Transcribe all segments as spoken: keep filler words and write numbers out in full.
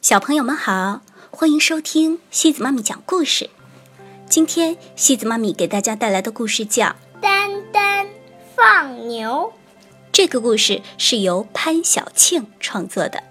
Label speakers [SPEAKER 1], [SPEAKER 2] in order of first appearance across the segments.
[SPEAKER 1] 小朋友们好，欢迎收听西子妈咪讲故事。今天西子妈咪给大家带来的故事叫
[SPEAKER 2] 丹丹放牛。
[SPEAKER 1] 这个故事是由潘晓庆创作的。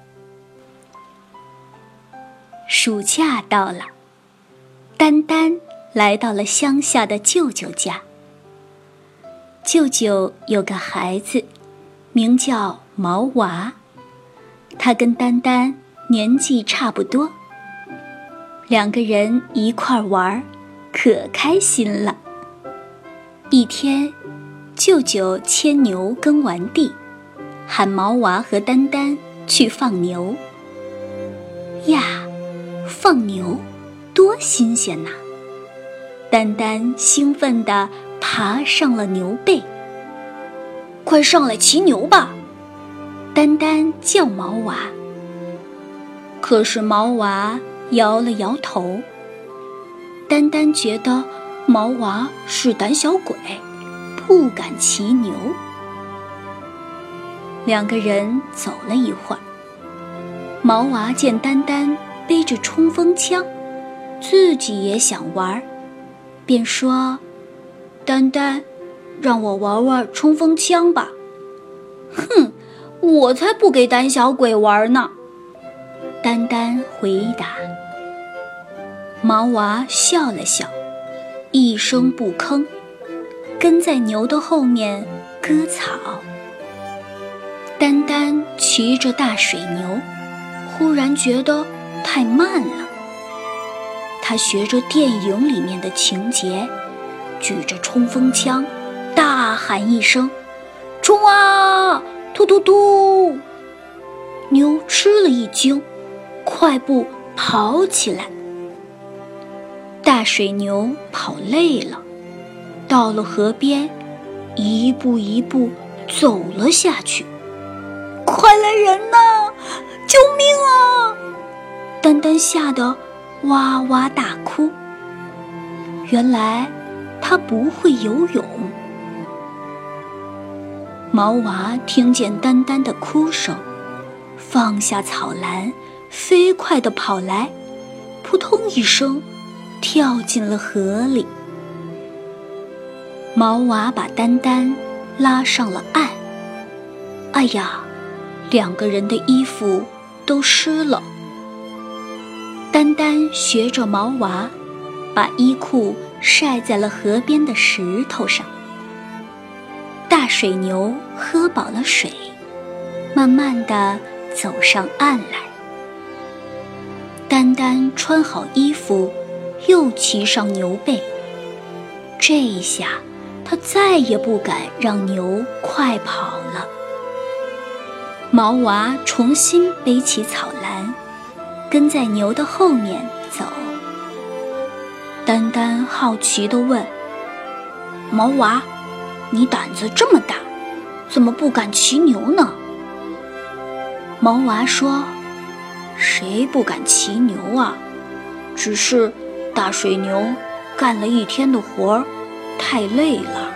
[SPEAKER 1] 暑假到了，丹丹来到了乡下的舅舅家。舅舅有个孩子，名叫毛娃，他跟丹丹年纪差不多，两个人一块玩，可开心了。一天，舅舅牵牛耕完地，喊毛娃和丹丹去放牛。呀，放牛多新鲜呐！丹丹兴奋地爬上了牛背。快上来骑牛吧！丹丹叫毛娃。可是毛娃摇了摇头。丹丹觉得毛娃是胆小鬼，不敢骑牛。两个人走了一会儿，毛娃见丹丹背着冲锋枪，自己也想玩，便说：丹丹，让我玩玩冲锋枪吧。哼，我才不给胆小鬼玩呢。丹丹回答。毛娃笑了笑，一声不吭，跟在牛的后面割草。丹丹骑着大水牛，忽然觉得太慢了。他学着电影里面的情节，举着冲锋枪，大喊一声：冲啊！突突突！牛吃了一惊，快步跑起来。大水牛跑累了，到了河边，一步一步走了下去。快来人呐！救命啊！丹丹吓得哇哇大哭。原来他不会游泳。毛娃听见丹丹的哭声，放下草篮，飞快地跑来，扑通一声跳进了河里。毛娃把丹丹拉上了岸。哎呀，两个人的衣服都湿了。丹丹学着毛娃，把衣裤晒在了河边的石头上。大水牛喝饱了水，慢慢地走上岸来。丹丹穿好衣服，又骑上牛背。这一下，他再也不敢让牛快跑了。毛娃重新背起草篮，跟在牛的后面走。丹丹好奇地问：毛娃，你胆子这么大，怎么不敢骑牛呢？毛娃说：谁不敢骑牛啊？只是大水牛干了一天的活儿，太累了。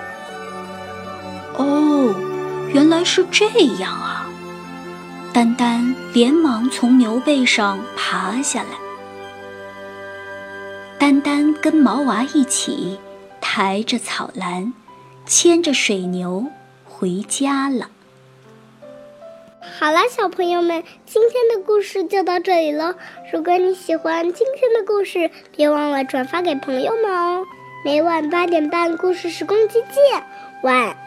[SPEAKER 1] 哦，原来是这样啊！丹丹连忙从牛背上爬下来。丹丹跟毛娃一起抬着草篮，牵着水牛回家了。
[SPEAKER 2] 好了，小朋友们，今天的故事就到这里了。如果你喜欢今天的故事，别忘了转发给朋友们哦。每晚八点半，故事时光机见，晚安。